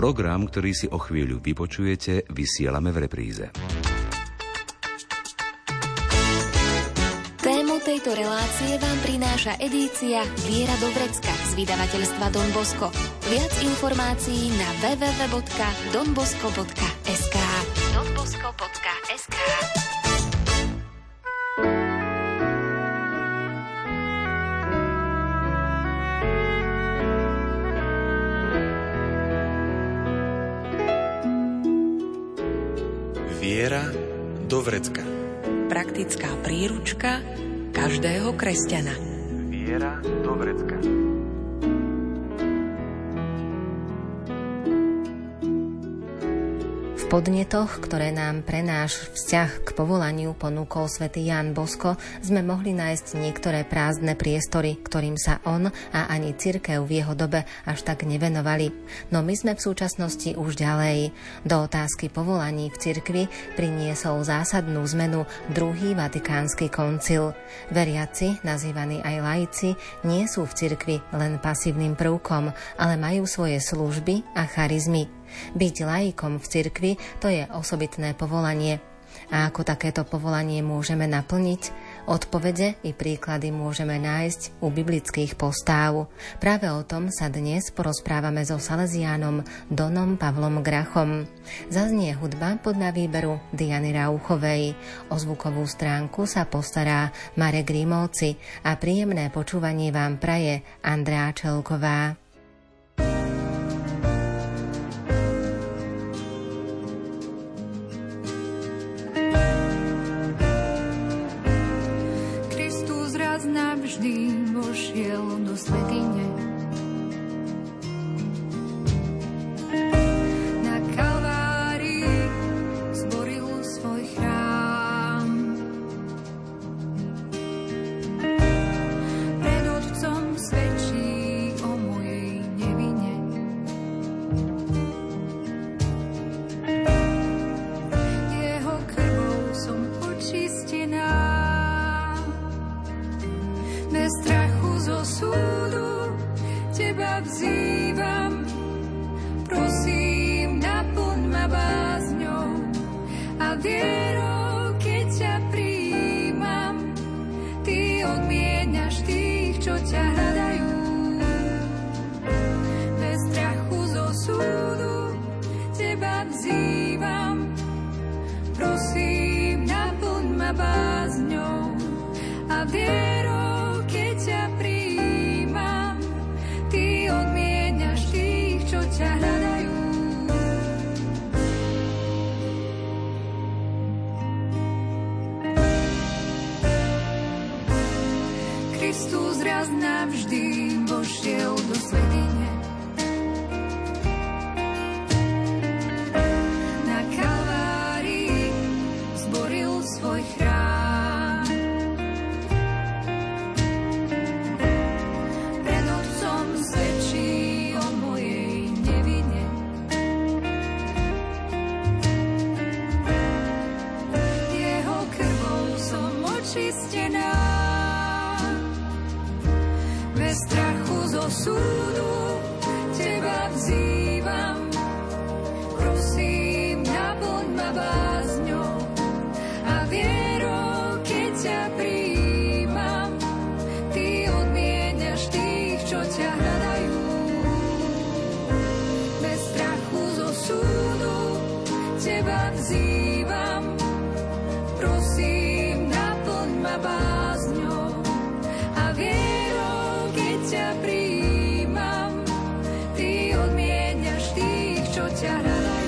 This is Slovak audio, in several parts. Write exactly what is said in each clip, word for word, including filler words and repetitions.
Program, ktorý si o chvíľu vypočujete, vysielame v repríze. Tému tejto relácie vám prináša edícia Viera do Vrecka z vydavateľstva Don Bosco. Viac informácií na w w w bodka don bosco bodka es ká. don bosco bodka es ká. Viera do vrecka. Praktická príručka každého kresťana. Viera do vrecka. V podnetoch, ktoré nám pre náš vzťah k povolaniu ponúkol svätý Ján Bosko, sme mohli nájsť niektoré prázdne priestory, ktorým sa on a ani cirkev v jeho dobe až tak nevenovali. No my sme v súčasnosti už ďalej. Do otázky povolaní v cirkvi priniesol zásadnú zmenu druhý vatikánsky koncil. Veriaci, nazývaní aj laici, nie sú v cirkvi len pasívnym prvkom, ale majú svoje služby a charizmy. Byť laikom v cirkvi, to je osobitné povolanie. A ako takéto povolanie môžeme naplniť? Odpovede i príklady môžeme nájsť u biblických postáv. Práve o tom sa dnes porozprávame so Salesiánom Donom Pavlom Grachom. Zaznie hudba podľa výberu Diany Rauchovej. O zvukovú stránku sa postará Marek Rímovci a príjemné počúvanie vám praje Andrea Čelková. Navždy vošiel do svätyne. Na Kalvárii zboril svoj chrám. Pred Otcom svedčí o mojej nevine. Jeho krvou som očistená. Bez strachu zo súdu teba vzývam, prosím, naplň ma bázňou a vierou, keď ťa prijímam, ty odmieniaš tých, čo ťa hľadajú. Bez strachu zo súdu teba vzývam, prosím, naplň ma bázňou a vierou, ťa prijímam, ty odmieniaš tých, čo ťa hľadajú. Kristus raz navždy vošiel do svätyne. Na Kalvárii zboril svoj chrám. Čistená, bez strachu zo súdu teba vzývam, prosím, naplň ma bázňou a vierou, keď ťa prijímam, ty odmieniaš tých, čo ťa hľadajú. Bez strachu zo súdu teba vzývam, prosím, bázňou a vierou, keď ťa prijímam, ty odmieniaš tých, čo ťa hľadajú.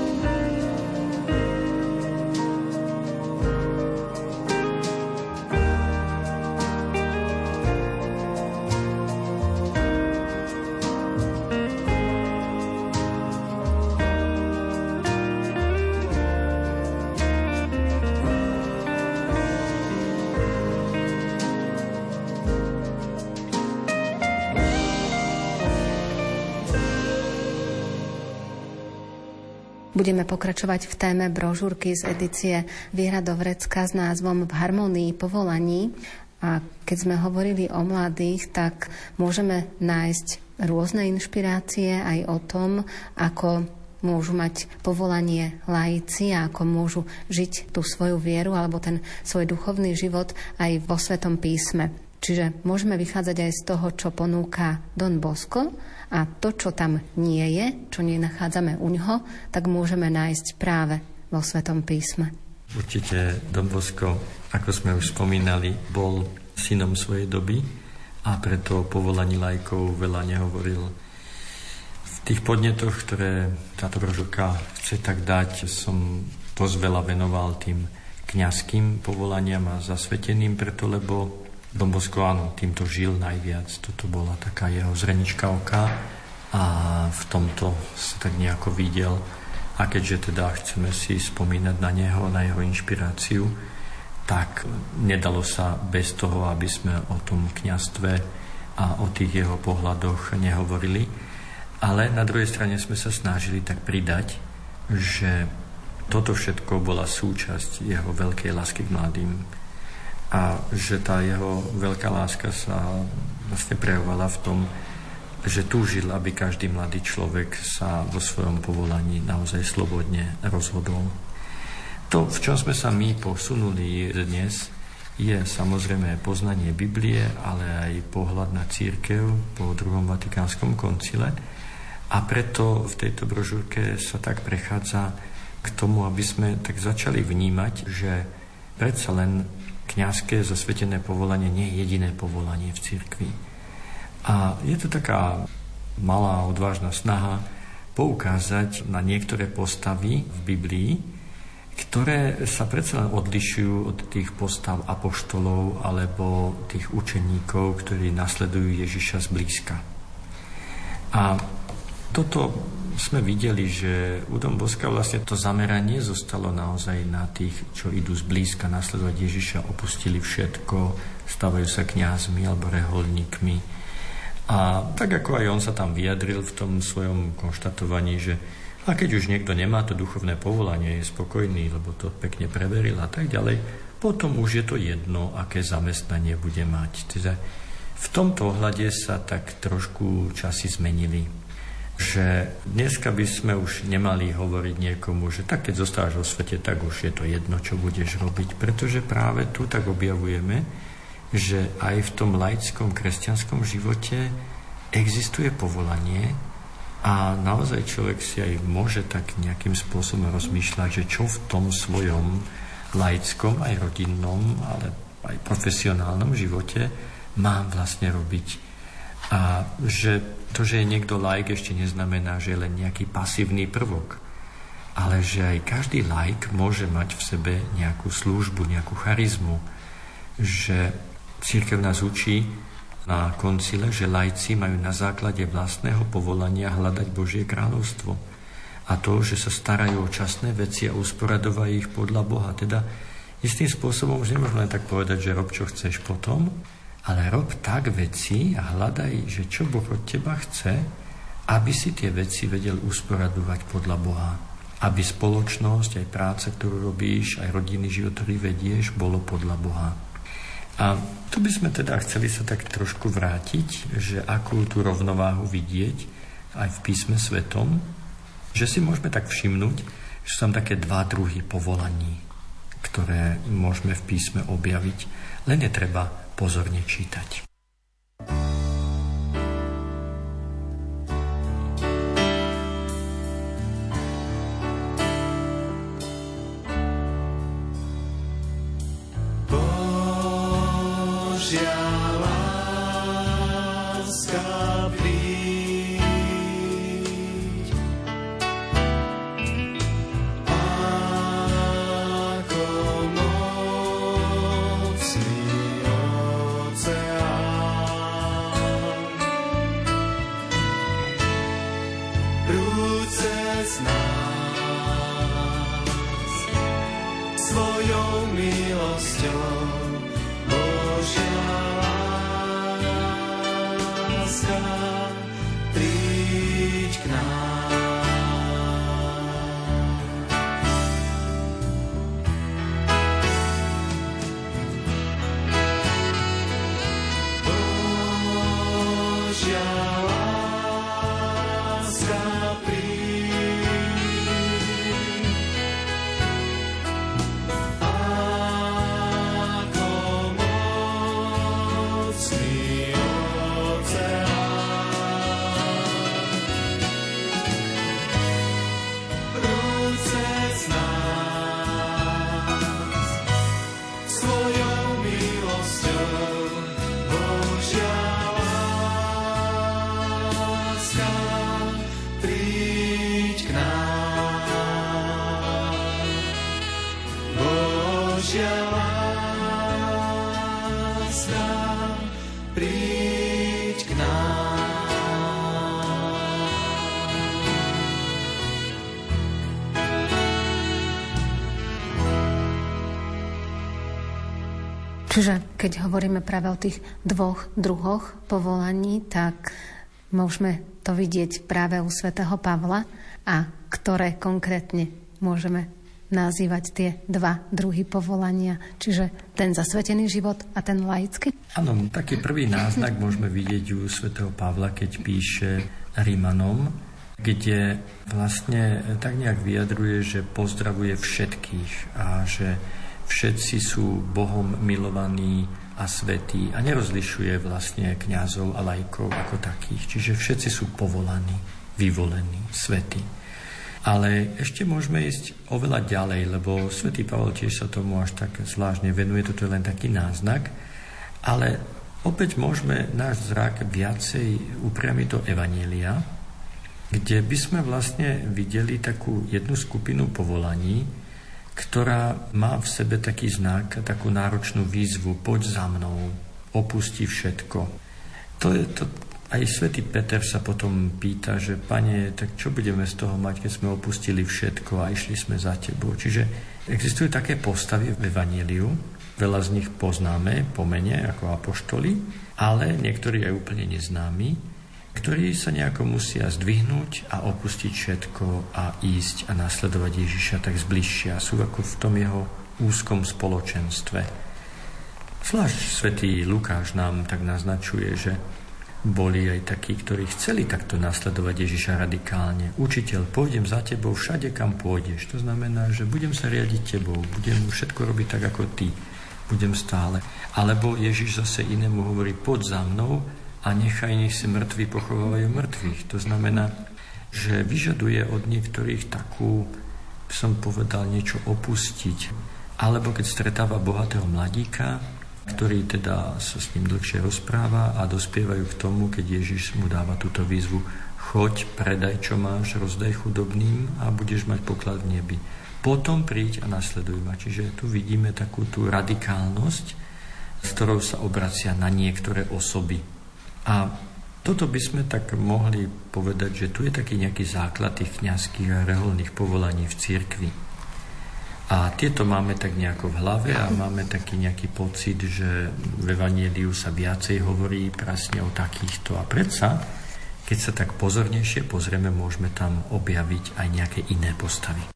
Budeme pokračovať v téme brožúrky z edície Viera do Vrecka s názvom V harmonii povolaní. A keď sme hovorili o mladých, tak môžeme nájsť rôzne inšpirácie aj o tom, ako môžu mať povolanie laici a ako môžu žiť tú svoju vieru alebo ten svoj duchovný život aj vo Svetom písme. Čiže môžeme vychádzať aj z toho, čo ponúka Don Bosco a to, čo tam nie je, čo nenachádzame u ňoho, tak môžeme nájsť práve vo Svetom písme. Určite Don Bosco, ako sme už spomínali, bol synom svojej doby a preto o povolaní laikov veľa nehovoril. V tých podnetoch, ktoré táto brožúrka chce tak dať, som dosť veľa venoval tým kňazským povolaniam a zasveteným, preto lebo Don Bosco áno, týmto žil najviac. Toto bola taká jeho zrenička oka a v tomto sa tak nejako videl. A keďže teda chceme si spomínať na neho, na jeho inšpiráciu, tak nedalo sa bez toho, aby sme o tom kňazstve a o tých jeho pohľadoch nehovorili. Ale na druhej strane sme sa snažili tak pridať, že toto všetko bola súčasť jeho veľkej lásky k mladým. A že tá jeho veľká láska sa vlastne prejavovala v tom, že túžil, aby každý mladý človek sa vo svojom povolaní naozaj slobodne rozhodol. To, v čom sme sa my posunuli dnes, je samozrejme poznanie Biblie, ale aj pohľad na cirkev po druhom Vatikánskom koncile. A preto v tejto brožúrke sa tak prechádza k tomu, aby sme tak začali vnímať, že predsa len kňazské zasvetené povolanie nie je jediné povolanie v cirkvi. A je to taká malá odvážna snaha poukázať na niektoré postavy v Biblii, ktoré sa predsa len odlišujú od tých postav apoštolov alebo tých učeníkov, ktorí nasledujú Ježiša zblízka. A toto sme videli, že u Don Bosca vlastne to zameranie zostalo naozaj na tých, čo idú zblízka nasledovať Ježiša, opustili všetko, stávajú sa kňazmi alebo reholníkmi. A tak ako aj on sa tam vyjadril v tom svojom konštatovaní, že a keď už niekto nemá to duchovné povolanie, je spokojný, lebo to pekne preveril a tak ďalej, potom už je to jedno, aké zamestnanie bude mať. Teda v tomto ohľade sa tak trošku časy zmenili. Že dneska by sme už nemali hovoriť niekomu, že tak keď zostávaš vo svete, tak už je to jedno, čo budeš robiť. Pretože práve tu tak objavujeme, že aj v tom laickom kresťanskom živote existuje povolanie a naozaj človek si aj môže tak nejakým spôsobom rozmýšľať, že čo v tom svojom laickom, aj rodinnom, ale aj profesionálnom živote mám vlastne robiť. A že to, že je niekto laik, ešte neznamená, že je len nejaký pasívny prvok. Ale že aj každý laik môže mať v sebe nejakú službu, nejakú charizmu. Že cirkev nás učí na koncile, že laici majú na základe vlastného povolania hľadať Božie kráľovstvo. A to, že sa starajú o časné veci a usporadovajú ich podľa Boha. Teda istým spôsobom už nemôžeme len tak povedať, že rob, čo chceš potom, ale rob tak veci a hľadaj, že čo Boh od teba chce, aby si tie veci vedel usporadovať podľa Boha. Aby spoločnosť, aj práca, ktorú robíš, aj rodinný život, ktorý vedieš, bolo podľa Boha. A tu by sme teda chceli sa tak trošku vrátiť, že akú tú rovnováhu vidieť aj v písme svetom, že si môžeme tak všimnúť, že sú tam také dva druhy povolaní, ktoré môžeme v písme objaviť, len je treba pozorne čítať. Božia láska príď, ako mocný oceán, prúď cez nás svojou milosťou. Božia príď k nám. Čiže keď hovoríme práve o tých dvoch druhoch povolaní, tak môžeme to vidieť práve u svätého Pavla, a ktoré konkrétne môžeme nazývať tie dva druhy povolania, čiže ten zasvetený život a ten laický? Áno, taký prvý náznak môžeme vidieť u svätého Pavla, keď píše Rimanom, kde vlastne tak nejak vyjadruje, že pozdravuje všetkých a že všetci sú Bohom milovaní a svätí a nerozlišuje vlastne kňazov a laikov ako takých. Čiže všetci sú povolaní, vyvolení, svätí. Ale ešte môžeme ísť oveľa ďalej, lebo svätý Pavol tiež sa tomu až tak zvláštne venuje, toto je len taký náznak, ale opäť môžeme náš zrak viacej upriamiť do Evanjelia, kde by sme vlastne videli takú jednu skupinu povolaní, ktorá má v sebe taký znak, takú náročnú výzvu: poď za mnou, opusti všetko. To je to, aj svätý Peter sa potom pýta, že Pane, tak čo budeme z toho mať, keď sme opustili všetko a išli sme za tebou. Čiže existujú také postavy v Evanjeliu, veľa z nich poznáme po mene ako apoštoli, ale niektorí aj úplne neznámi, ktorí sa nejako musia zdvihnúť a opustiť všetko a ísť a nasledovať Ježiša tak zbližšia. Sú ako v tom jeho úzkom spoločenstve. Zvlášť svätý Lukáš nám tak naznačuje, že boli aj takí, ktorí chceli takto nasledovať Ježiša radikálne. Učiteľ, pôjdem za tebou všade, kam pôjdeš. To znamená, že budem sa riadiť tebou, budem všetko robiť tak, ako ty. Budem stále. Alebo Ježiš zase inému hovorí, poď za mnou, a nechaj, nech si mŕtvi pochovávajú mŕtvych. To znamená, že vyžaduje od niektorých takú, som povedal, niečo opustiť. Alebo keď stretáva bohatého mladíka, ktorý teda sa s ním dlhšie rozpráva a dospievajú k tomu, keď Ježiš mu dáva túto výzvu: choď, predaj, čo máš, rozdaj chudobným a budeš mať poklad v nebi. Potom príď a nasleduj ma. Čiže tu vidíme takú tú radikálnosť, s ktorou sa obracia na niektoré osoby. A toto by sme tak mohli povedať, že tu je taký nejaký základ tých kňazských a reholných povolaní v cirkvi. A tieto máme tak nejako v hlave a máme taký nejaký pocit, že v Evanjeliu sa viacej hovorí presne o takýchto. A predsa, keď sa tak pozornejšie pozrieme, môžeme tam objaviť aj nejaké iné postavy.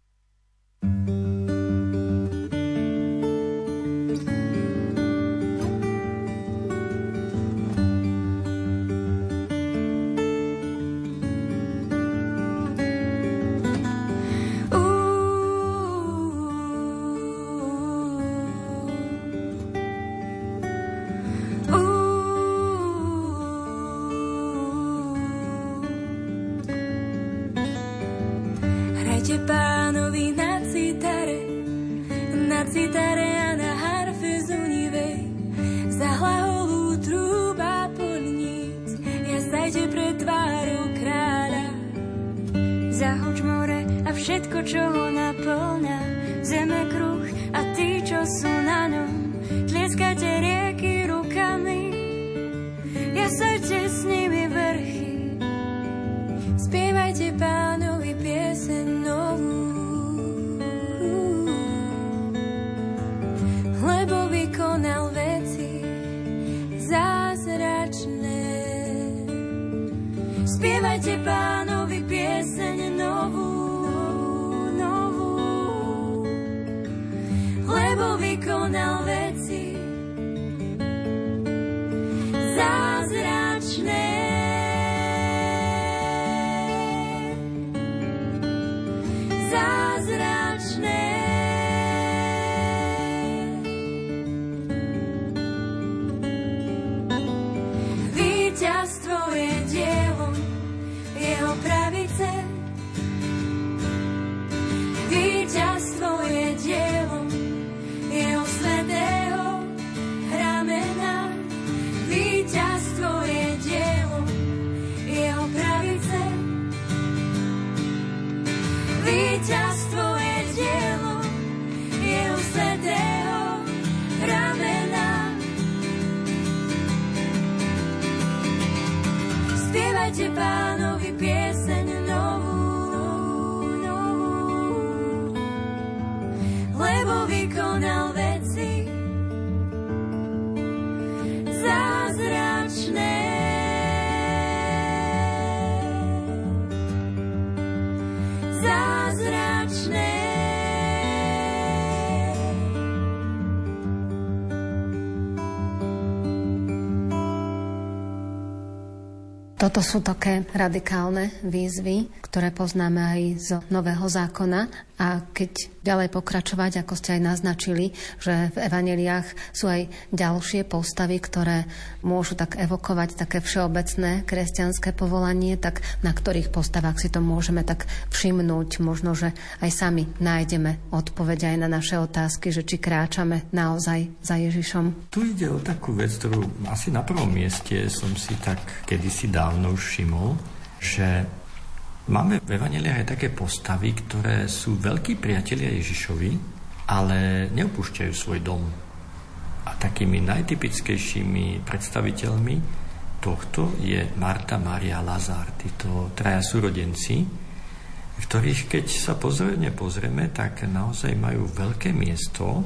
Víťazstvo je dielom jeho Spievajte Pánovi pieseň novú, novú, lebo vykonal veci zázračné. Zázračné. Toto sú také radikálne výzvy, ktoré poznáme aj z Nového zákona. A keď ďalej pokračovať, ako ste aj naznačili, že v evanjeliách sú aj ďalšie postavy, ktoré môžu tak evokovať také všeobecné kresťanské povolanie, tak na ktorých postavách si to môžeme tak všimnúť. Možno, že aj sami nájdeme odpoveď aj na naše otázky, že či kráčame naozaj za Ježišom. Tu ide o takú vec, ktorú asi na prvom mieste som si tak kedysi dávno už všimol, že máme v evanjeliách aj také postavy, ktoré sú veľkí priatelia Ježišovi, ale neopúšťajú svoj dom. A takými najtypickejšími predstaviteľmi tohto je Marta, Mária a Lazár. Títo traja súrodenci, ktorých keď sa pozorne pozrieme, tak naozaj majú veľké miesto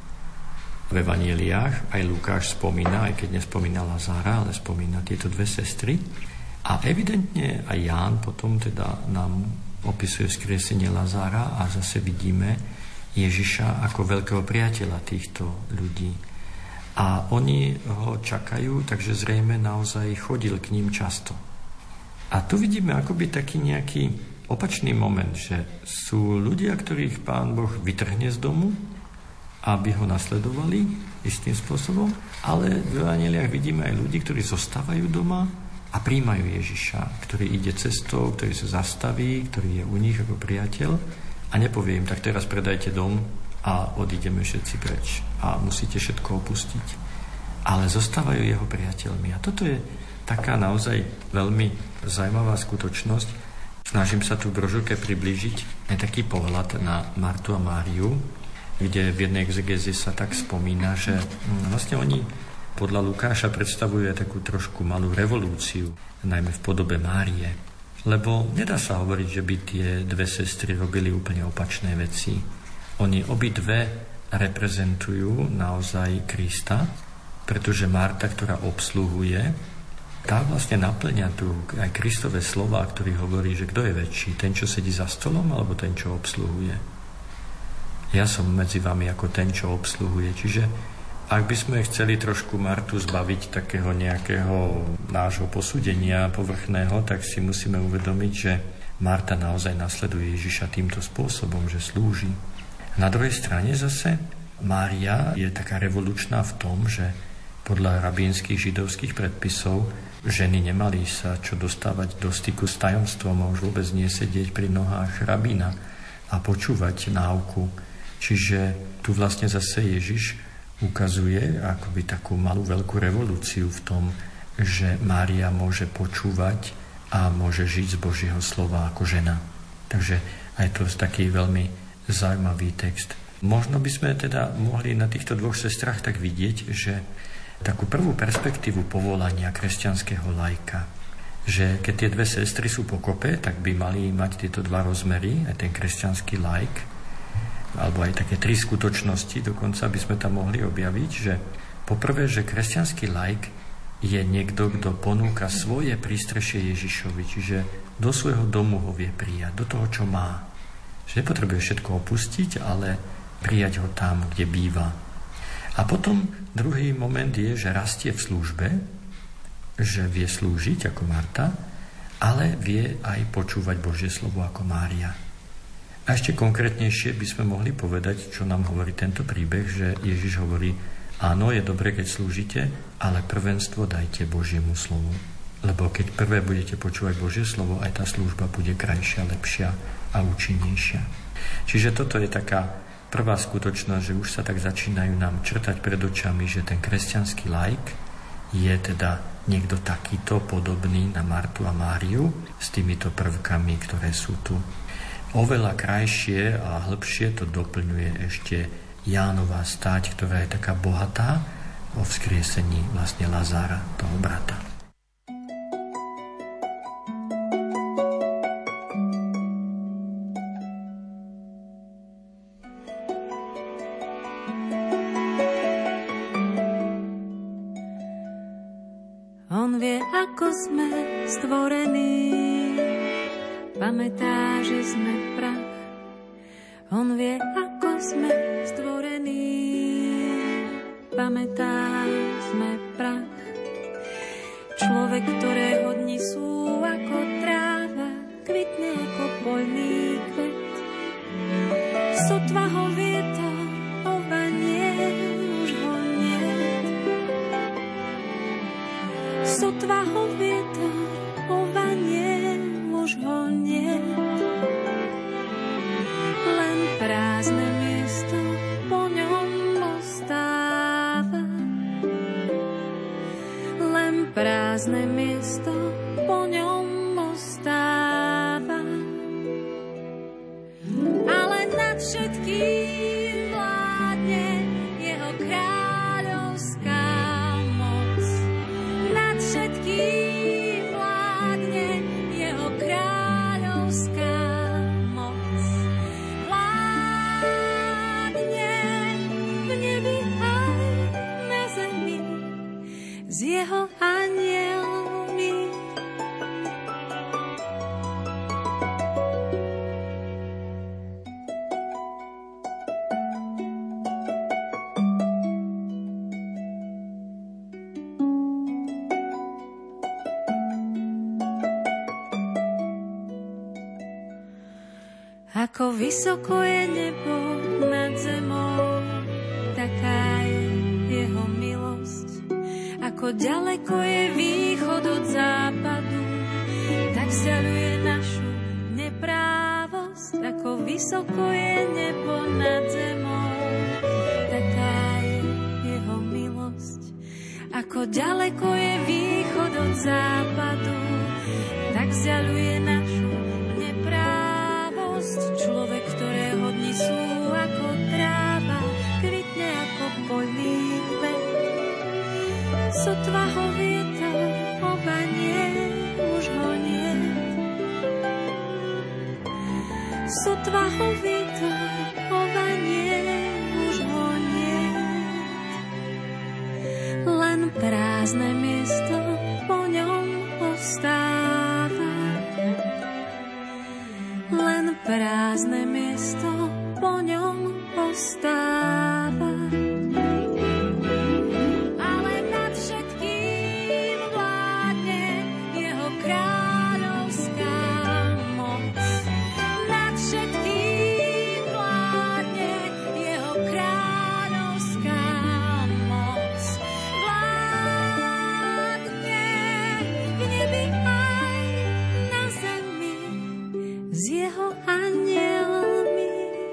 v evanjeliách. Aj Lukáš spomína, aj keď nespomína Lazára, ale spomína tieto dve sestry. A evidentne aj Ján potom teda nám opisuje vzkriesenie Lazára a zase vidíme Ježiša ako veľkého priateľa týchto ľudí. A oni ho čakajú, takže zrejme naozaj chodil k ním často. A tu vidíme akoby taký nejaký opačný moment, že sú ľudia, ktorých Pán Boh vytrhne z domu, aby ho nasledovali istým spôsobom, ale v evanjeliách vidíme aj ľudí, ktorí zostávajú doma a príjmajú Ježiša, ktorý ide cestou, ktorý sa zastaví, ktorý je u nich ako priateľ a nepovie im, tak teraz predajte dom a odídeme všetci preč a musíte všetko opustiť. Ale zostávajú jeho priateľmi. A toto je taká naozaj veľmi zaujímavá skutočnosť. Snažím sa tu v brožúrke priblížiť aj taký pohľad na Martu a Máriu, kde v jednej exegézii sa tak spomína, že vlastne oni podľa Lukáša predstavuje takú trošku malú revolúciu, najmä v podobe Márie. Lebo nedá sa hovoriť, že by tie dve sestry robili úplne opačné veci. Oni obidve reprezentujú naozaj Krista, pretože Marta, ktorá obsluhuje, tá vlastne naplňa tu aj Kristové slová, ktorý hovorí, že kto je väčší, ten, čo sedí za stolom, alebo ten, čo obsluhuje. Ja som medzi vami ako ten, čo obsluhuje. Čiže ak by sme chceli trošku Martu zbaviť takého nejakého nášho posúdenia povrchného, tak si musíme uvedomiť, že Marta naozaj nasleduje Ježiša týmto spôsobom, že slúži. Na druhej strane zase Mária je taká revolučná v tom, že podľa rabínskych židovských predpisov ženy nemali sa čo dostávať do styku s tajomstvom a už vôbec nie sedieť pri nohách rabína a počúvať náuku. Čiže tu vlastne zase Ježiš ukazuje akoby takú malú veľkú revolúciu v tom, že Mária môže počúvať a môže žiť z Božieho slova ako žena. Takže aj to je taký veľmi zaujímavý text. Možno by sme teda mohli na týchto dvoch sestrách tak vidieť, že takú prvú perspektívu povolania kresťanského laika, že keď tie dve sestry sú pokope, tak by mali mať tieto dva rozmery, aj ten kresťanský laik, alebo aj také tri skutočnosti, dokonca by sme tam mohli objaviť, že poprvé, že kresťanský laik je niekto, kto ponúka svoje prístrešie Ježišovi, čiže do svojho domu ho vie prijať, do toho, čo má. Že nepotrebuje všetko opustiť, ale prijať ho tam, kde býva. A potom druhý moment je, že rastie v službe, že vie slúžiť ako Marta, ale vie aj počúvať Božie slovo ako Mária. A ešte konkrétnejšie by sme mohli povedať, čo nám hovorí tento príbeh, že Ježiš hovorí, áno, je dobre, keď slúžite, ale prvenstvo dajte Božiemu slovu. Lebo keď prvé budete počúvať Božie slovo, aj tá služba bude krajšia, lepšia a účinnejšia. Čiže toto je taká prvá skutočnosť, že už sa tak začínajú nám črtať pred očami, že ten kresťanský laik je teda niekto takýto podobný na Martu a Máriu s týmito prvkami, ktoré sú tu. Oveľa krajšie a hĺbšie to doplňuje ešte Jánova stáť, ktorá je taká bohatá o vzkriesení vlastne Lazára, toho brata. On vie, ako sme stvorení, pamätá, že sme prach. On vie, ako sme stvorení, pamätá, sme prach. Človek, ktorého dni sú ako tráva, kvitne ako poľný kvet. Sotva ho vietor ovanie, už ho niet. Sotva ho vietor ovanie, už ho niet. Len prázdne miesto po ňom ostáva. Len prázdne miesto po ňom ostáva. Ale nad všetkým vládne jeho kráľovská moc. Nad všetkým vládne jeho kráľovská moc. Vládne v nebi aj na zemi s jeho anjelmi. Ako vysoko je nebo nad zemou, taká je jeho milosť. Ako ďaleko je východ od západu, tak vzdialuje našu neprávosť. Ako vysoko je nebo nad zemou, taká je jeho milosť. Ako ďaleko je východ od západu, tak vzdialuje našu neprávosť. Človek, ktorého dni sú ako tráva, kvitne ako poľný kvet. Sotva ho vietor obanie, už ho niet. Sotva ho vietor obanie, už ho niet. Len prázdne miesto po ňom ostáva. Len prázdne miesto po ňom ostáva. Ale nad všetkým vládne jeho kráľovská moc. Nad všetkým vládne jeho kráľovská moc. Vládne v nebi aj na zemi s jeho anjelmi.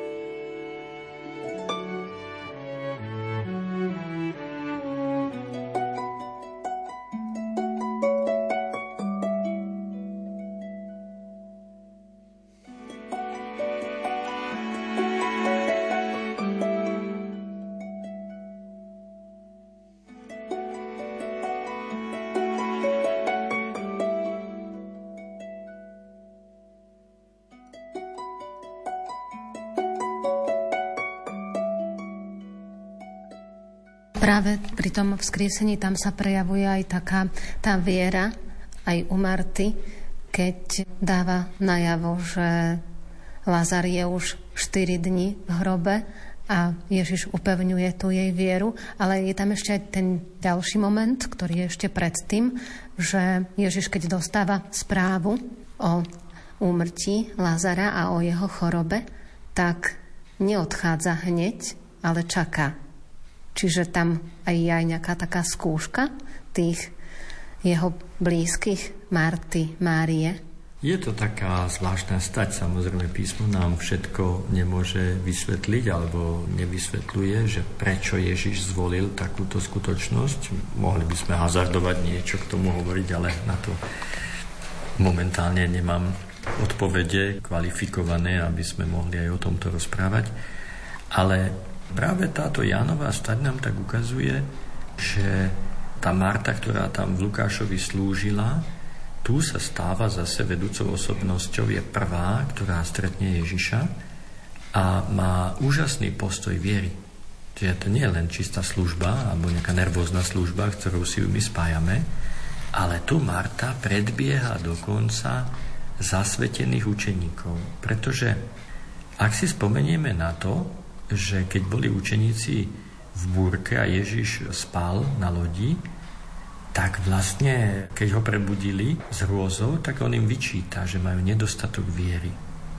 Práve pri tom vzkriesení tam sa prejavuje aj taká tá viera, aj u Marty, keď dáva najavo, že Lazar je už štyri dni v hrobe a Ježiš upevňuje tú jej vieru, ale je tam ešte aj ten ďalší moment, ktorý je ešte predtým, že Ježiš, keď dostáva správu o úmrtí Lazara a o jeho chorobe, tak neodchádza hneď, ale čaká. Čiže tam aj je aj nejaká taká skúška tých jeho blízkych, Marty, Márie. Je to taká zvláštna stať, samozrejme písmo nám všetko nemôže vysvetliť alebo nevysvetľuje, že prečo Ježiš zvolil takúto skutočnosť. Mohli by sme hazardovať niečo k tomu hovoriť, ale na to momentálne nemám odpovede kvalifikované, aby sme mohli aj o tomto rozprávať. Ale práve táto Jánová stať nám tak ukazuje, že tá Marta, ktorá tam v Lukášovi slúžila, tu sa stáva zase vedúcou osobnosťou, je prvá, ktorá stretne Ježiša a má úžasný postoj viery. Čiže to nie je len čistá služba alebo nejaká nervózna služba, ktorou si ju my spájame, Ale tu Marta predbieha dokonca zasvetených učeníkov. Pretože ak si spomenieme na to, že keď boli učeníci v búrke a Ježiš spal na lodi, tak vlastne, keď ho prebudili z hrôzou, tak on im vyčíta, že majú nedostatok viery.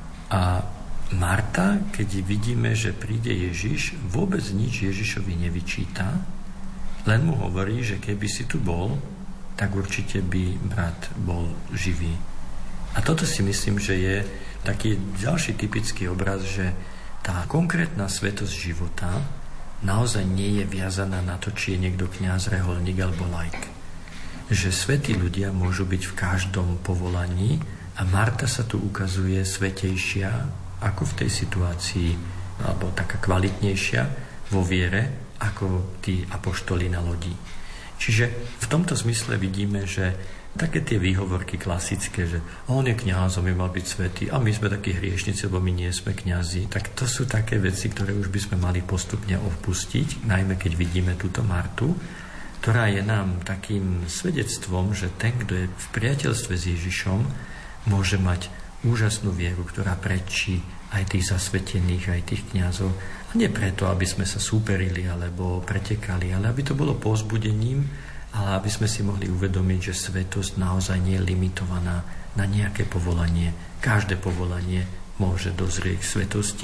A Marta, keď vidíme, že príde Ježiš, vôbec nič Ježišovi nevyčíta, len mu hovorí, že keby si tu bol, tak určite by brat bol živý. A toto si myslím, že je taký ďalší typický obraz, že tá konkrétna svetosť života naozaj nie je viazaná na to, či je niekto kňaz, reholník alebo laik. Že svätí ľudia môžu byť v každom povolaní a Marta sa tu ukazuje svätejšia ako v tej situácii, alebo taká kvalitnejšia vo viere ako tí apoštoli na lodi. Čiže v tomto zmysle vidíme, že také tie výhovorky klasické, že on je kňaz, on by mal byť svätý a my sme takí hriešnici, lebo my nie sme kňazi, tak to sú také veci, ktoré už by sme mali postupne opustiť, najmä keď vidíme túto Martu, ktorá je nám takým svedectvom, že ten, kto je v priateľstve s Ježišom, môže mať úžasnú vieru, ktorá prečí aj tých zasvetených, aj tých kňazov. A nie preto, aby sme sa súperili alebo pretekali, ale aby to bolo povzbudením, ale aby sme si mohli uvedomiť, že svetosť naozaj nie je limitovaná na nejaké povolanie. Každé povolanie môže dozrieť k svetosti.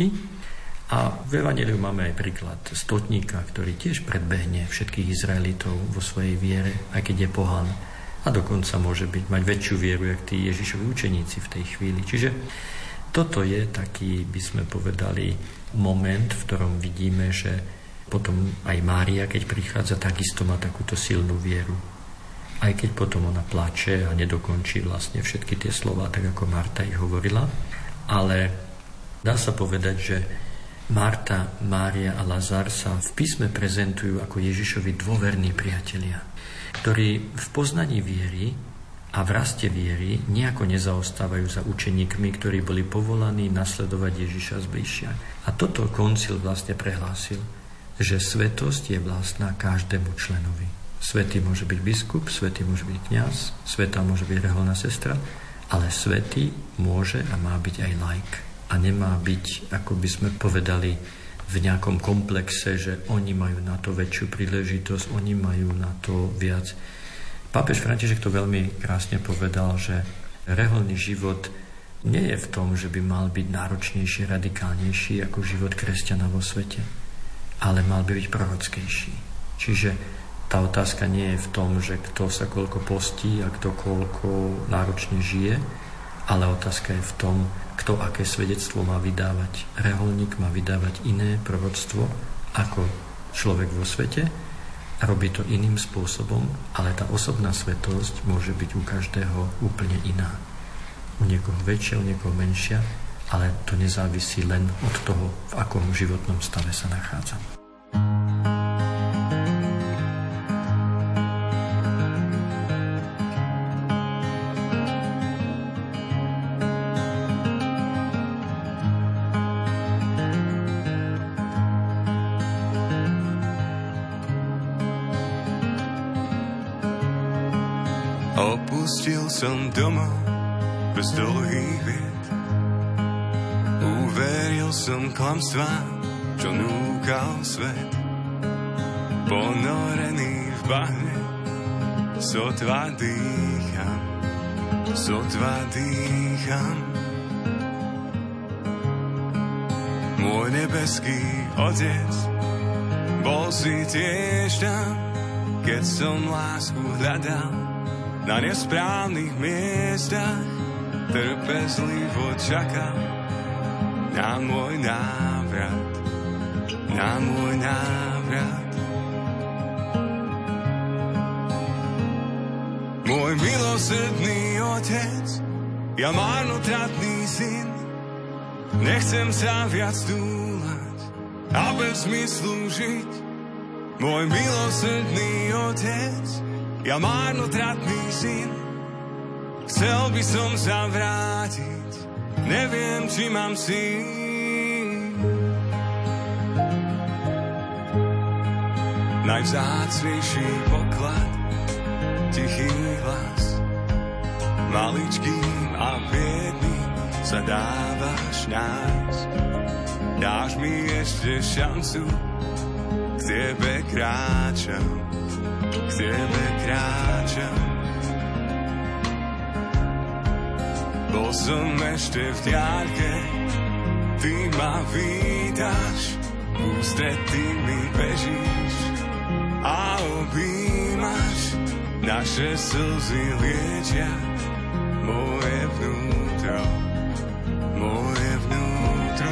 A v Evanjeliu máme aj príklad stotníka, ktorý tiež predbehne všetkých Izraelitov vo svojej viere, aj keď je pohan. A dokonca môže byť, mať väčšiu vieru, jak tí Ježišovi učeníci v tej chvíli. Čiže toto je taký, by sme povedali, moment, v ktorom vidíme, že potom aj Mária, keď prichádza, takisto má takúto silnú vieru. Aj keď potom ona plače a nedokončí vlastne všetky tie slová, tak ako Marta ich hovorila. Ale dá sa povedať, že Marta, Mária a Lazar sa v písme prezentujú ako Ježišovi dôverní priatelia, ktorí v poznaní viery a v raste viery nejako nezaostávajú za učeníkmi, ktorí boli povolaní nasledovať Ježiša zbližšia. A toto koncil vlastne prehlásil, že svetosť je vlastná každému členovi. Svätý môže byť biskup, svätý môže byť kňaz, svätá môže byť reholná sestra, ale svätý môže a má byť aj laik. A nemá byť, ako by sme povedali, v nejakom komplexe, že oni majú na to väčšiu príležitosť, oni majú na to viac. Pápež František to veľmi krásne povedal, že reholný život nie je v tom, že by mal byť náročnejší, radikálnejší ako život kresťana vo svete, ale mal by byť prorockejší. Čiže tá otázka nie je v tom, že kto sa koľko postí a kto koľko náročne žije, ale otázka je v tom, kto aké svedectvo má vydávať. Reholník má vydávať iné proroctvo ako človek vo svete a robí to iným spôsobom, ale tá osobná svetosť môže byť u každého úplne iná. U niekoho väčšia, u niekoho menšia, ale to nezávisí len od toho, v akom životnom stave sa nachádzam. Opustil som domov bez dlhých vied. Uveril som klamstvám, čo núkal svet. Ponorený v bahne, sotva dýcham, sotva dýcham. Môj nebeský Otec, bol si tiež tam, keď som lásku hľadal. Na nesprávnych miestach trpezlivo čakal na môj návrat, na môj návrat. Môj milosrdný Otec, ja marnotratný syn, nechcem sa viac túlať a bez zmyslu žiť. Môj milosrdný Otec, ja marnotratný syn, chcel by som sa vrátiť, neviem, či mám síl. Najvzácnejší poklad, tichý hlas. Maličkým a biedným sa dávaš nájsť. Dáš mi ešte šancu, k tebe kráčam, k tebe kráčam. Bol som ešte v diaľke, ty ma vítaš, ústretí mi bežíš a objímaš. Naše slzy liečia moje vnútro, moje vnútro.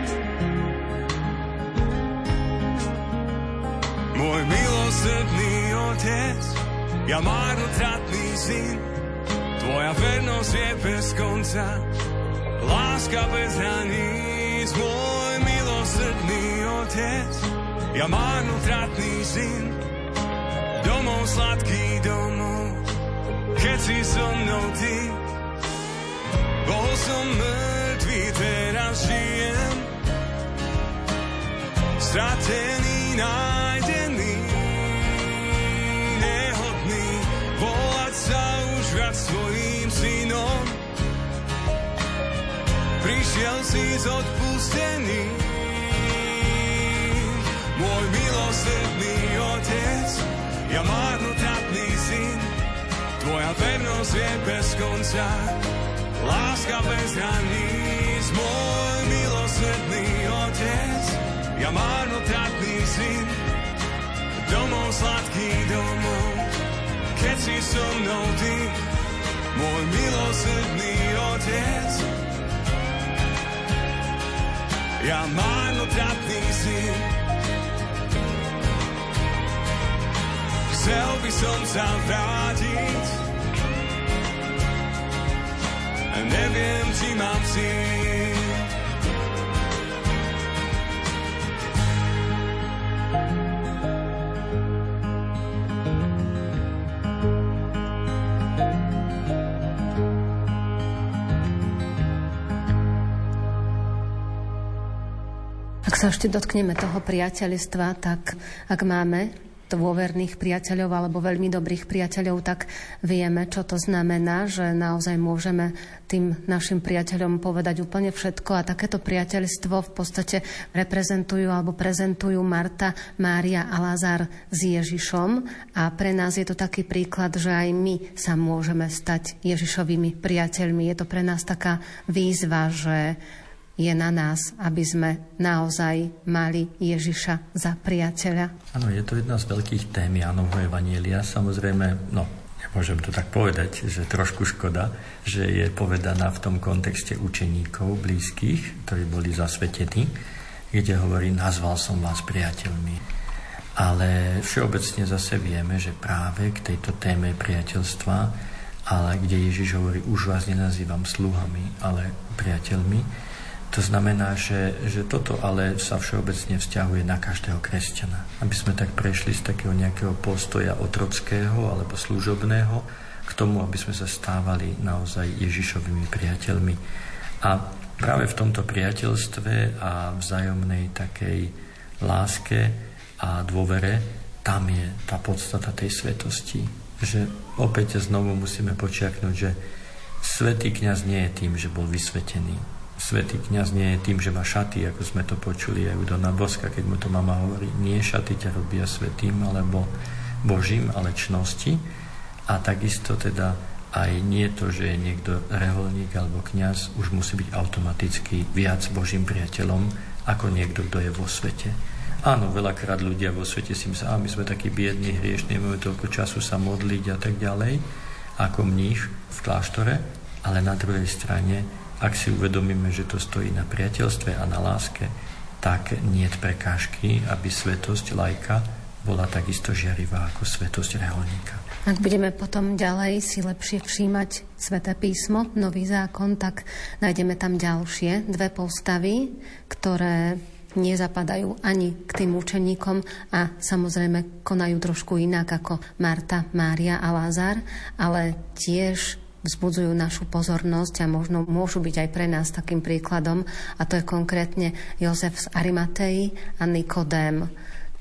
Môj milosrdný otec, ja marnotratný syn, tvoja vernosť je bez konca, láska bez hraníc. Môj milosrdný otec, ja marnotratný syn, domov sladký domov, keď si so mnou ty. Bol som mŕtvý, teraz žijem, stratený, nájdený, nehodný volať sa už viac svojím synom. Prišiel si z odpustený, môj milosrdný otec, ja marnotratný syn, tvoja vernosť je bez konca, láska bez hraníc. Môj milosrdný otec, ja marnotratný syn, domov sladký domov, keď si so mnou ty. Môj milosrdný otec, ja marnotratný syn. Chcel by som sa vrátiť, neviem, či mám síl. Ak sa ešte dotkneme toho priateľstva, tak ak máme dôverných priateľov alebo veľmi dobrých priateľov, tak vieme, čo to znamená, že naozaj môžeme tým našim priateľom povedať úplne všetko a takéto priateľstvo v podstate reprezentujú alebo prezentujú Marta, Mária a Lazár s Ježišom a pre nás je to taký príklad, že aj my sa môžeme stať Ježišovými priateľmi. Je to pre nás taká výzva, že je na nás, aby sme naozaj mali Ježiša za priateľa. Áno, je to jedna z veľkých tém Jánovho evanjelia. Samozrejme, no, nemôžem to tak povedať, že trošku škoda, že je povedaná v tom kontexte učeníkov blízkych, ktorí boli zasvetení, kde hovorí, nazval som vás priateľmi. Ale všeobecne zase vieme, že práve k tejto téme priateľstva, ale kde Ježiš hovorí, už vás nenazývam sluhami, ale priateľmi. To znamená, že, že toto ale sa všeobecne vzťahuje na každého kresťana. Aby sme tak prešli z takého nejakého postoja otrockého alebo služobného k tomu, aby sme sa stávali naozaj Ježišovými priateľmi. A práve v tomto priateľstve a vzájomnej takej láske a dôvere, tam je tá podstata tej svetosti. Že opäť znovu musíme počiaknúť, že svätý kňaz nie je tým, že bol vysvetený. Svätý kňaz nie je tým, že má šaty, ako sme to počuli aj u Dona Boska, keď mu to mama hovorí. Nie šaty ťa robia svätým alebo Božím, ale čnosti. A takisto teda aj nie to, že je niekto reholník alebo kňaz, už musí byť automaticky viac Božím priateľom ako niekto, kto je vo svete. Áno, veľakrát ľudia vo svete si myslia, a my sme takí biední, hriešní, máme toľko času sa modliť a tak ďalej, ako mních v kláštore, ale na druhej strane, ak si uvedomíme, že to stojí na priateľstve a na láske, tak niet prekážky, aby svetosť laika bola takisto žiarivá ako svetosť reholníka. Ak budeme potom ďalej si lepšie všímať Sväté písmo, Nový zákon, tak nájdeme tam ďalšie dve postavy, ktoré nezapadajú ani k tým učeníkom a samozrejme konajú trošku inak ako Marta, Mária a Lazár, ale tiež vzbudzujú našu pozornosť a možno môžu byť aj pre nás takým príkladom, a to je konkrétne Jozef z Arimatei a Nikodém.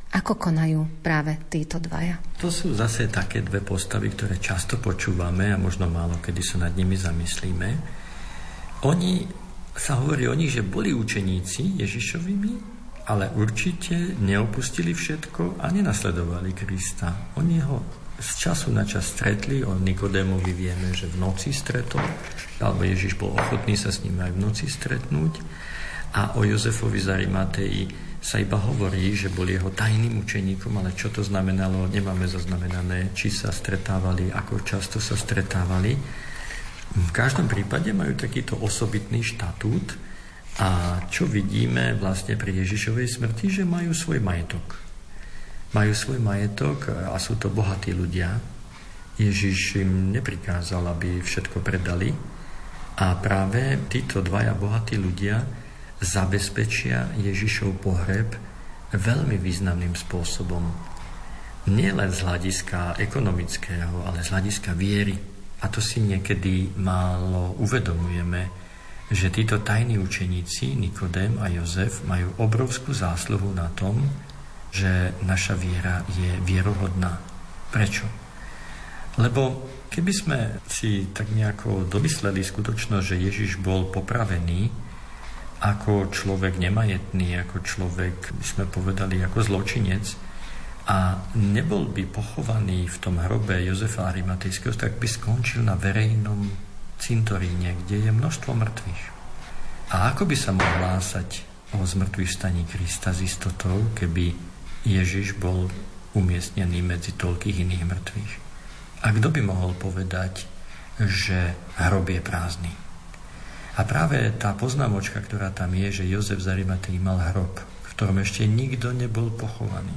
Ako konajú práve títo dvaja? To sú zase také dve postavy, ktoré často počúvame a možno málo kedy sa nad nimi zamyslíme. Oni, sa hovorí o nich, že boli učeníci Ježišovými, ale určite neopustili všetko a nenasledovali Krista. Oni ho z času na čas stretli, o Nikodémovi vieme, že v noci stretol, alebo Ježiš bol ochotný sa s ním aj v noci stretnúť. A o Jozefovi z Arimatei sa iba hovorí, že bol jeho tajným učeníkom, ale čo to znamenalo, nemáme zaznamenané, či sa stretávali, ako často sa stretávali. V každom prípade majú takýto osobitný štatút a čo vidíme vlastne pri Ježišovej smrti, že majú svoj majetok. Majú svoj majetok a sú to bohatí ľudia. Ježiš im neprikázal, aby všetko predali a práve títo dvaja bohatí ľudia zabezpečia Ježišov pohreb veľmi významným spôsobom. Nie len z hľadiska ekonomického, ale z hľadiska viery. A to si niekedy málo uvedomujeme, že títo tajní učeníci, Nikodém a Jozef, majú obrovskú zásluhu na tom, že naša viera je vierohodná. Prečo? Lebo keby sme si tak nejako domysleli skutočnosť, že Ježiš bol popravený ako človek nemajetný, ako človek, by sme povedali, ako zločinec a nebol by pochovaný v tom hrobe Jozefa Arimatejského, tak by skončil na verejnom cintoríne, kde je množstvo mŕtvych. A ako by sa mohol hlásať o zmrtvých staní Krista s istotou, keby Ježiš bol umiestnený medzi toľkých iných mŕtvych? A kto by mohol povedať, že hrob je prázdny? A práve tá poznámočka, ktorá tam je, že Jozef z Arimatei mal hrob, v ktorom ešte nikto nebol pochovaný.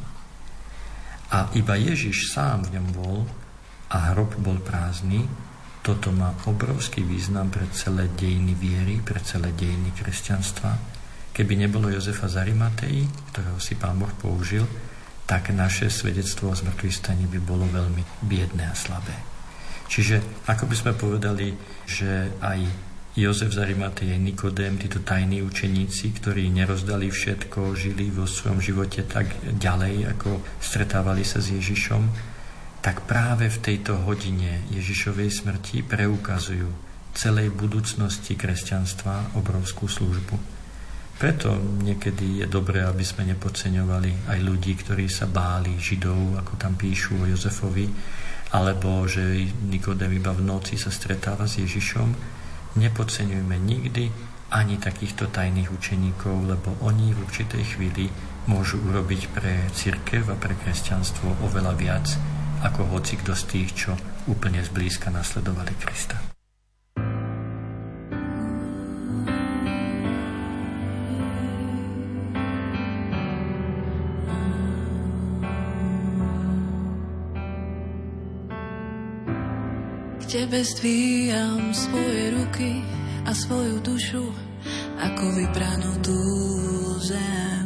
A iba Ježiš sám v ňom bol a hrob bol prázdny, toto má obrovský význam pre celé dejiny viery, pre celé dejiny kresťanstva. Keby nebolo Jozefa z Arimatei, ktorého si Pán Boh použil, tak naše svedectvo o zmrtvých staní by bolo veľmi biedné a slabé. Čiže ako by sme povedali, že aj Jozef z Arimatei, Nikodém, títo tajní učeníci, ktorí nerozdali všetko, žili vo svojom živote tak ďalej, ako stretávali sa s Ježišom, tak práve v tejto hodine Ježišovej smrti preukazujú celej budúcnosti kresťanstva obrovskú službu. Preto niekedy je dobré, aby sme nepodceňovali aj ľudí, ktorí sa báli Židov, ako tam píšu o Jozefovi, alebo že Nikodém iba v noci sa stretáva s Ježišom. Nepodceňujme nikdy ani takýchto tajných učeníkov, lebo oni v určitej chvíli môžu urobiť pre cirkev a pre kresťanstvo oveľa viac ako hoci kto z tých, čo úplne zblízka nasledovali Krista. Tebe zdvíjam svoje ruky a svoju dušu ako vybranú tú zem.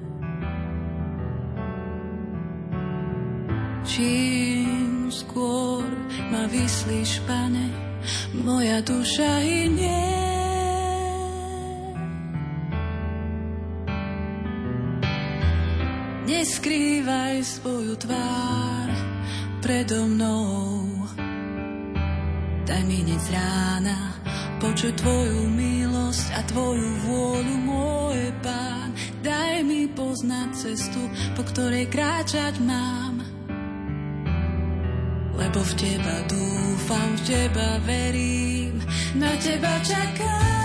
Čím skôr ma vyslíš, Pane, moja duša hynie. Neskrývaj svoju tvár predo mnou. Daj mi hneď z rána počuť Tvoju milosť a Tvoju vôľu, môj Pán. Daj mi poznať cestu, po ktorej kráčať mám. Lebo v Teba dúfam, v Teba verím, na Teba čakám.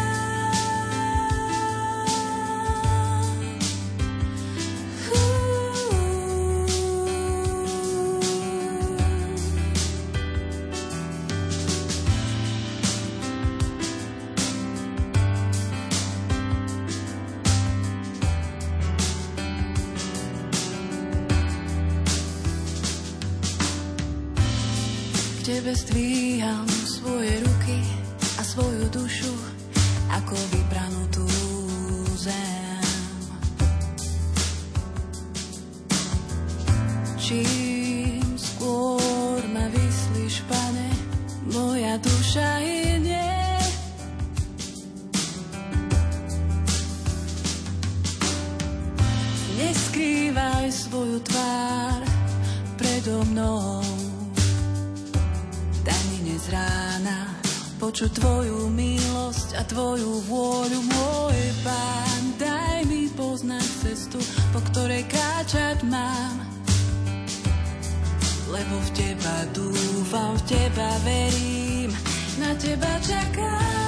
Tebe zdvíham svoje ruky a svoju dušu ako vybranú tú zem. Čím skôr ma vyslíš, Pane, moja duša hynie. Neskrývaj svoju tvár mnou. Daj mi dnes rána počuť tvoju milosť a tvoju vôľu, môj Pán. Daj mi poznať cestu, po ktorej kráčať mám, lebo v teba dúfam, v teba verím, na teba čakám.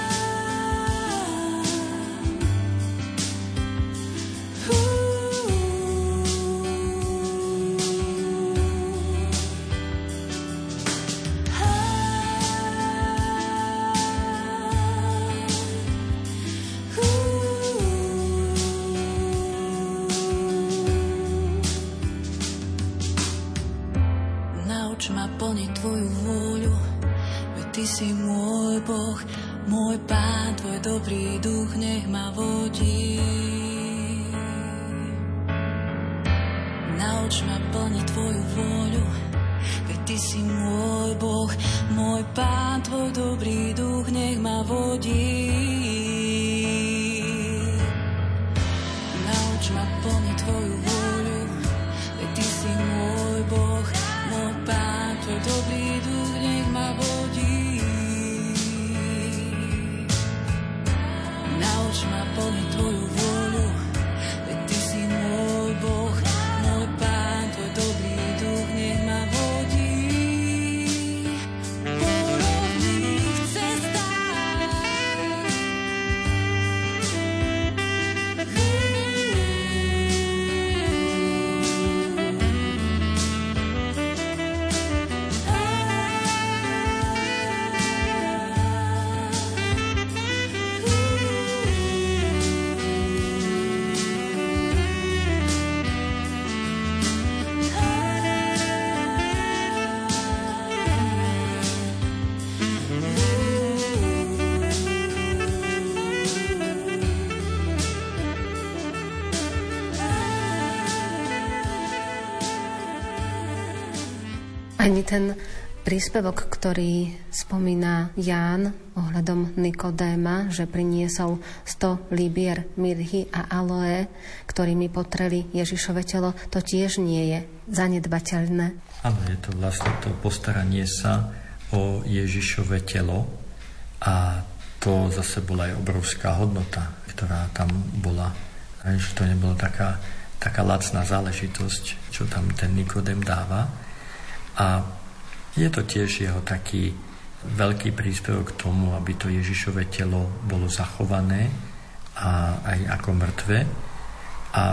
Ty si môj Boh, môj Pán, tvoj dobrý duch nech ma vodí. Nauč ma plniť tvoju vôľu, veď ty si môj Boh, môj Pán, tvoj dobrý duch nech ma vodí. Nauč ma plniť tvoju vôľu, veď ty si môj Boh, môj Pán, tvoj dobrý duch nech ma vodí. Nauč ma plniť tvoju vôľu, veď ty si môj Boh, môj Pán, tvoj dobrý duch nech ma vodí. Po rovných cestách Ani ten príspevok, ktorý spomína Ján ohľadom Nikodéma, že priniesol sto libier mirhy a aloe, ktorými potreli Ježišove telo, to tiež nie je zanedbateľné. Áno, je to vlastne to postaranie sa o Ježišove telo a to zase bola aj obrovská hodnota, ktorá tam bola. A že to nebola taká, taká lacná záležitosť, čo tam ten Nikodém dáva. A je to tiež jeho taký veľký príspevok k tomu, aby to Ježišove telo bolo zachované a aj ako mŕtve. A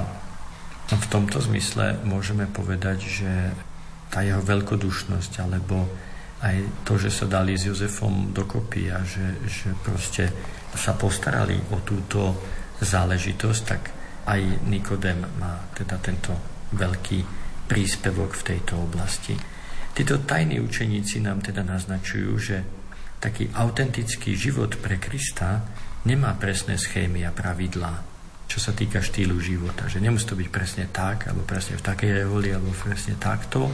v tomto zmysle môžeme povedať, že tá jeho veľkodušnosť, alebo aj to, že sa dali s Jozefom dokopy a že, že proste sa postarali o túto záležitosť, tak aj Nikodém má teda tento veľký príspevok v tejto oblasti. Títo tajní učeníci nám teda naznačujú, že taký autentický život pre Krista nemá presné schémy a pravidlá, čo sa týka štýlu života. Že nemusí to byť presne tak, alebo presne v takej revoli, alebo presne takto,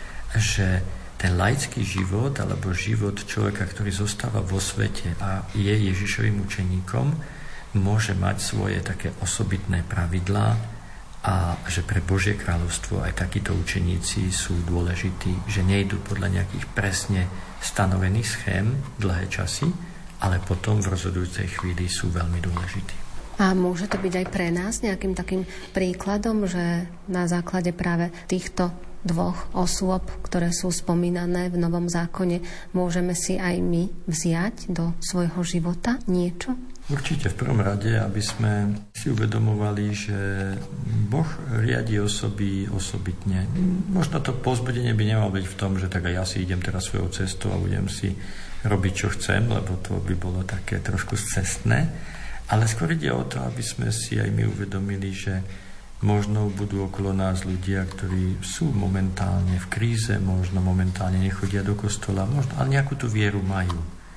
že ten laický život, alebo život človeka, ktorý zostáva vo svete a je Ježišovým učeníkom, môže mať svoje také osobitné pravidlá, a že pre Božie kráľovstvo aj takíto učeníci sú dôležití, že nejdú podľa nejakých presne stanovených schém dlhé časy, ale potom v rozhodujúcej chvíli sú veľmi dôležití. A môže to byť aj pre nás nejakým takým príkladom, že na základe práve týchto dvoch osôb, ktoré sú spomínané v Novom zákone, môžeme si aj my vziať do svojho života niečo? Určite v prvom rade, aby sme si uvedomovali, že Boh riadi osoby osobitne. Možno to povzbudenie by nemalo byť v tom, že tak aj ja si idem teraz svojou cestou a budem si robiť, čo chcem, lebo to by bolo také trošku scestné. Ale skôr ide o to, aby sme si aj my uvedomili, že možno budú okolo nás ľudia, ktorí sú momentálne v kríze, možno momentálne nechodia do kostola, možno, ale nejakú tú vieru majú.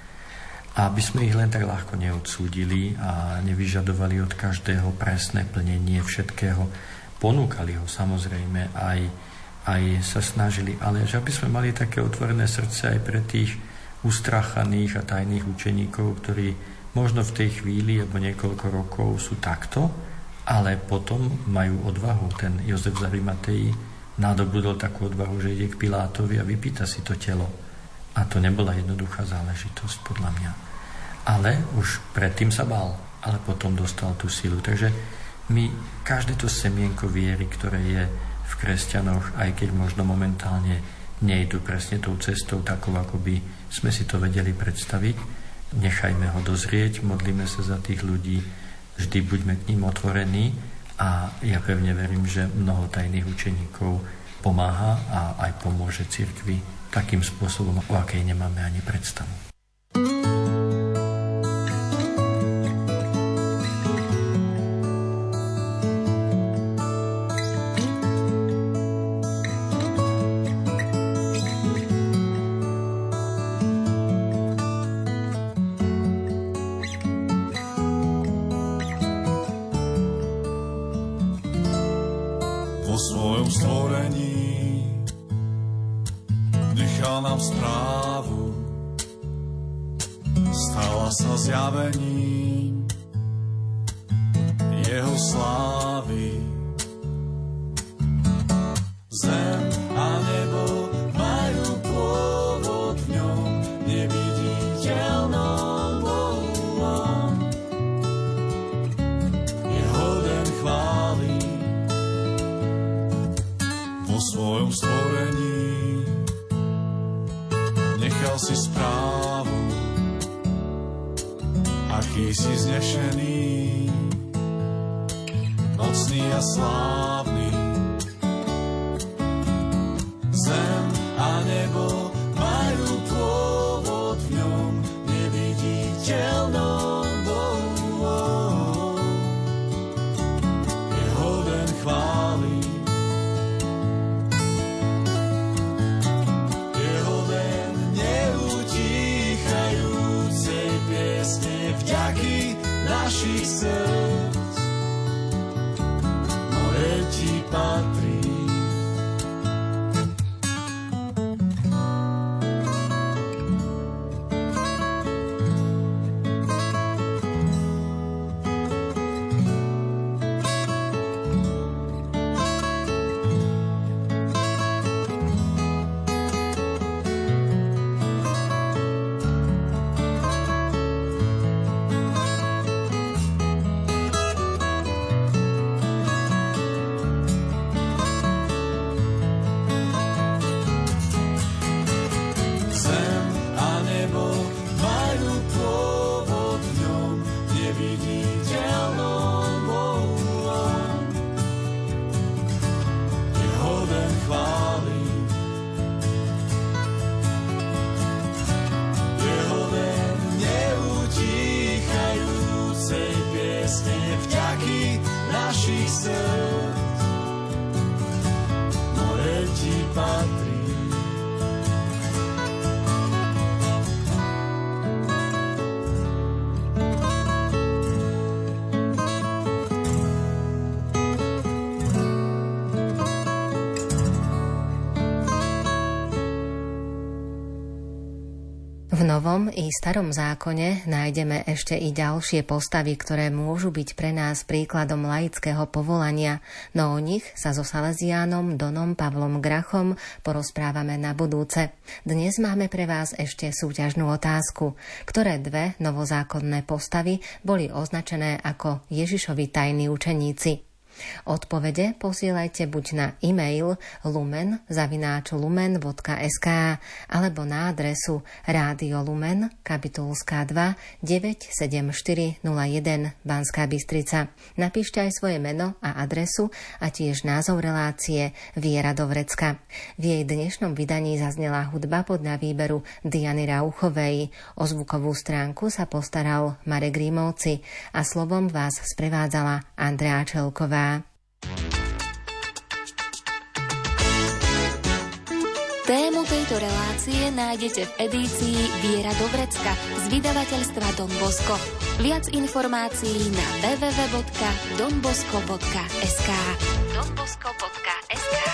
A aby sme ich len tak ľahko neodsúdili a nevyžadovali od každého presné plnenie všetkého. Ponúkali ho samozrejme, aj, aj sa snažili, ale že aby sme mali také otvorené srdce aj pre tých ustrachaných a tajných učeníkov, ktorí možno v tej chvíli alebo niekoľko rokov sú takto, ale potom majú odvahu. Ten Jozef z Arimatei nadobudol takú odvahu, že ide k Pilátovi a vypýta si to telo. A to nebola jednoduchá záležitosť, podľa mňa. Ale už predtým sa bál, ale potom dostal tú silu. Takže my, každé to semienko viery, ktoré je v kresťanoch, aj keď možno momentálne nejdu presne tou cestou takou, ako by sme si to vedeli predstaviť, nechajme ho dozrieť, modlíme sa za tých ľudí, vždy buďme k ním otvorení a ja pevne verím, že mnoho tajných učeníkov pomáha a aj pomôže cirkvi takým spôsobom, o akej nemáme ani predstavu. Po svojom stvorení nechal nám správu, stala sa zjavením jeho slávy. Zem a nebo majú pôvod v ňom, neviditeľnom Bohom. Je hoden chvály po svojom stvorení. Nechal si správu, aký si znešený, mocný a slávny. Zem a nebo majú pôvod v ňom, neviditeľnom Bohu. Je hoden chvály, je hoden neutíchajúcej piesne vďaky našich srdc. Moje ti patrí. V Novom i Starom zákone nájdeme ešte i ďalšie postavy, ktoré môžu byť pre nás príkladom laického povolania, no o nich sa so Salesiánom Donom Pavlom Grachom porozprávame na budúce. Dnes máme pre vás ešte súťažnú otázku, ktoré dve novozákonné postavy boli označené ako Ježišovi tajní učeníci. Odpovede posielajte buď na e-mail lumen zavináč lumen bodka es ká alebo na adresu Rádio Lumen, Kapitulská dva, deväť sedem štyri nula jeden, Banská Bystrica. Napíšte aj svoje meno a adresu a tiež názov relácie Viera do vrecka. V jej dnešnom vydaní zaznela hudba podľa výberu Diany Rauchovej. O zvukovú stránku sa postaral Marek Rímovci a slovom vás sprevádzala Andrea Čelková. Tému tejto relácie nájdete v edícii Viera do vrecka z vydavateľstva Don Bosco. Viac informácií na w w w bodka don bosco bodka es ká. don bosco bodka es ká.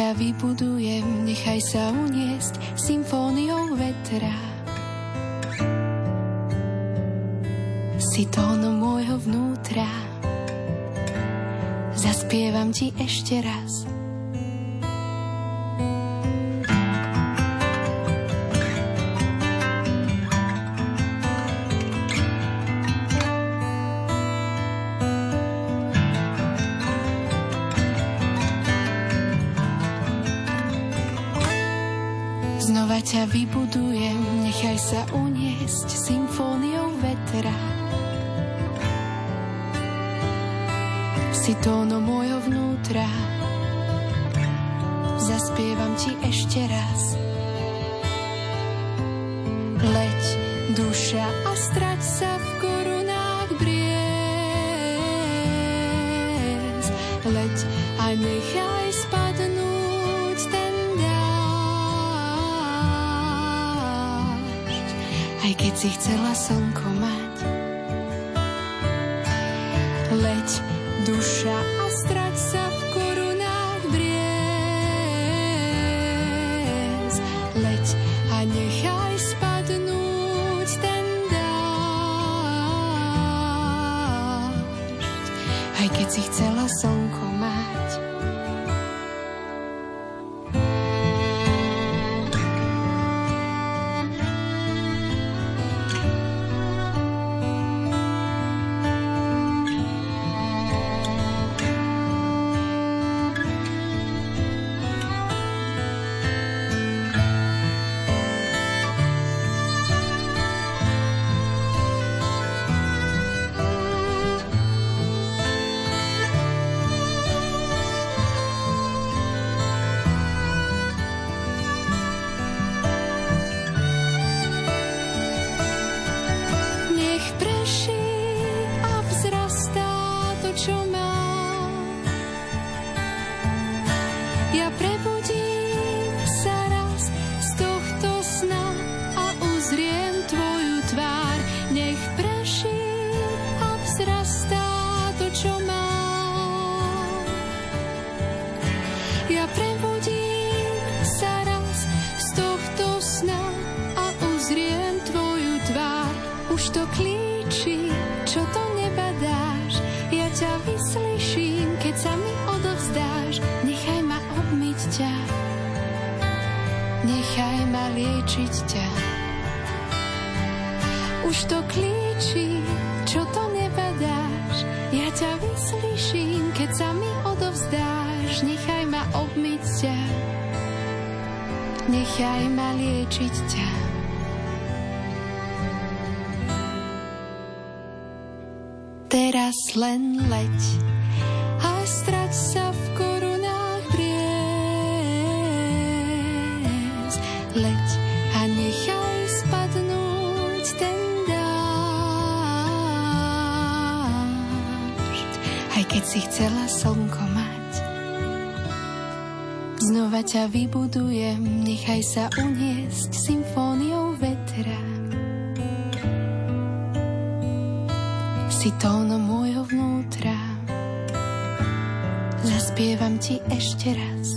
ťa vybudujem, nechaj sa uniesť symfóniou vetra. Si tónom môjho vnútra, zaspievam ti ešte raz. Znova ťa vybudujem, nechaj sa uniesť symfóniou vetra. Si tónom môjho vnútra, zaspievam ti ešte raz. Leď, duša, a strať sa v korunách briez. Leď a nechaj spadnúť ten dážď, aj keď si chcela slnko mať. Leď, duša, a strať sa v korunách briez. Leď a nechaj spadnúť ten dážď, aj keď si chcela slnko mať. Už to klíči, čo to nebadáš. Ja ťa vyslyším, keď sa mi odovzdáš. Nechaj ma obmyť ťa, nechaj ma liečiť ťa. Teraz len leď a strať sa v korunách briez. Leď a nechaj spadnúť ten dážď, aj keď si chcela slnko mať. Znova ťa vybudujem, nechaj sa uniesť symfóniou vetra. Si tónom môjho vnútra, zaspievam ti ešte raz.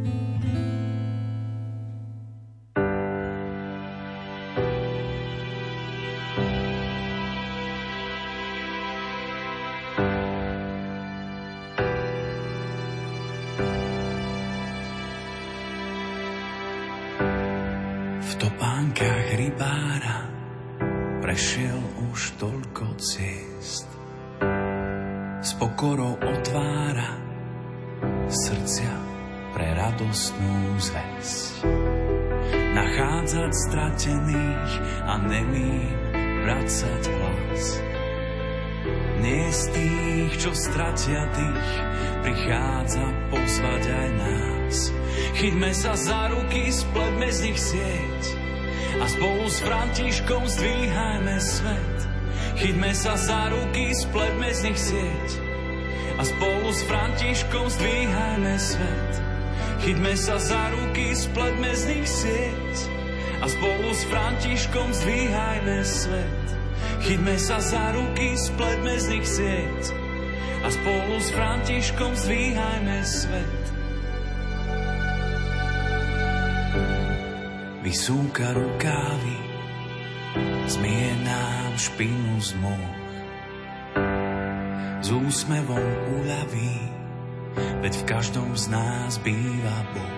V topánkach rybára prešiel už toľko ciest. S pokorou otvára srdcia pre radostnú zvesť. Nachádzať stratených a nemým vracať hlas. Nie z tých, čo stratia tých, prichádza pozvať aj nás. Chyťme sa za ruky, spletme z nich sieť a spolu s Františkom zdvíhajme svet. Chyťme sa za ruky, spletme z nich sieť a spolu s Františkom zdvíhajme svet. Chyťme sa za ruky, spletme z nich sieť a spolu s Františkom zdvíhajme svet. Chyťme sa za ruky, spletme z nich sieť a spolu s Františkom zdvíhajme svet. vysúka rukávy, zmie nám špinu z moh. S úsmevom uľaví, veď v každom z nás býva Boh.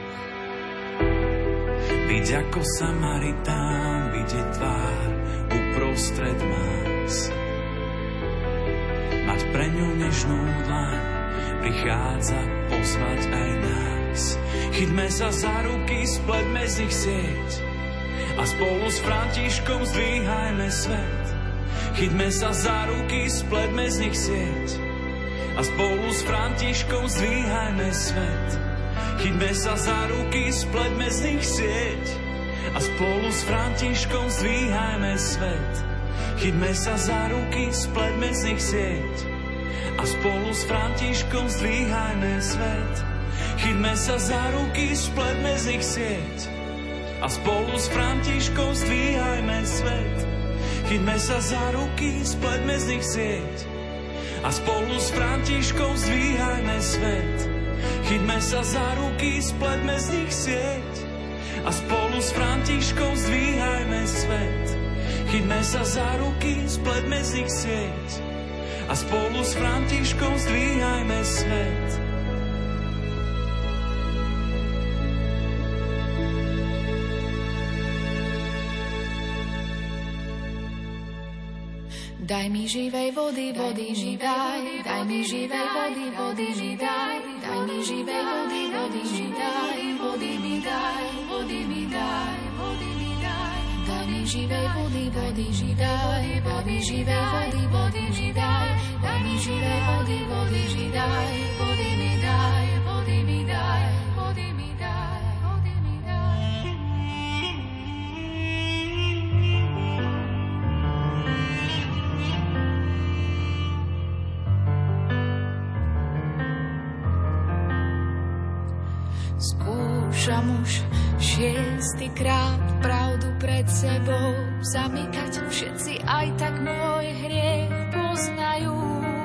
Byť ako Samaritán, vidieť tvár uprostred más. Mať pre ňu nežnú dlaň, prichádza pozvať aj nás. Chytme sa za ruky, spletme z nich sieť a spolu s Františkom zdvíhajme svet. Chytme sa za ruky, spletme z nich sieť a spolu s Františkom zdvíhajme svet. Chytme sa za ruky, spletme z nich sieť a spolu s Františkom zdvíhajme svet. Chytme sa za ruky, spletme z nich sieť a spolu s Františkom zdvíhajme svet. Chytme sa za ruky, spletme z nich sieť a spolu s Františkom zdvíhajme svet. Chytme sa za ruky, spletme z nich sieť a spolu s Františkom zdvíhajme svet. Chytme sa za ruky, spletme z nich sieť a spolu s Františkom zdvíhajme svet. Chytme sa za ruky, spletme z nich sieť a spolu s Františkom zdvíhajme svet. Daj mi živej vody, vody mi daj, daj mi živej vody, vody mi daj, daj mi živej vody, vody mi daj, vody mi daj, vody mi daj, vody mi daj. Daj mi živej vody, vody mi daj, daj mi živej vody, vody mi daj, daj mi živej vody, vody mi daj, vody mi daj, vody mi daj, vody mi daj, vody mi daj. Skúšam už šiestýkrát pravdu pred sebou zamykať, všetci aj tak môj hriech poznajú.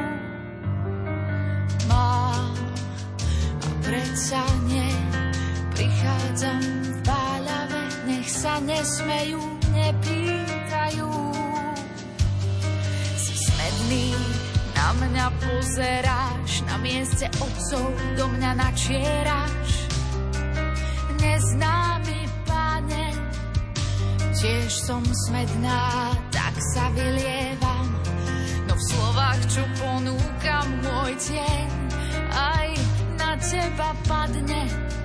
Mám a predsa nie, prichádzam v báľave, nech sa nesmejú, nepýtajú. Si smedný, na mňa pozeráš, na mieste otcov do mňa načieráš. Neznámy Pane, tiež som smedná, tak sa vylievam, no v slovách, čo ponúkam, môj tieň aj na teba padne.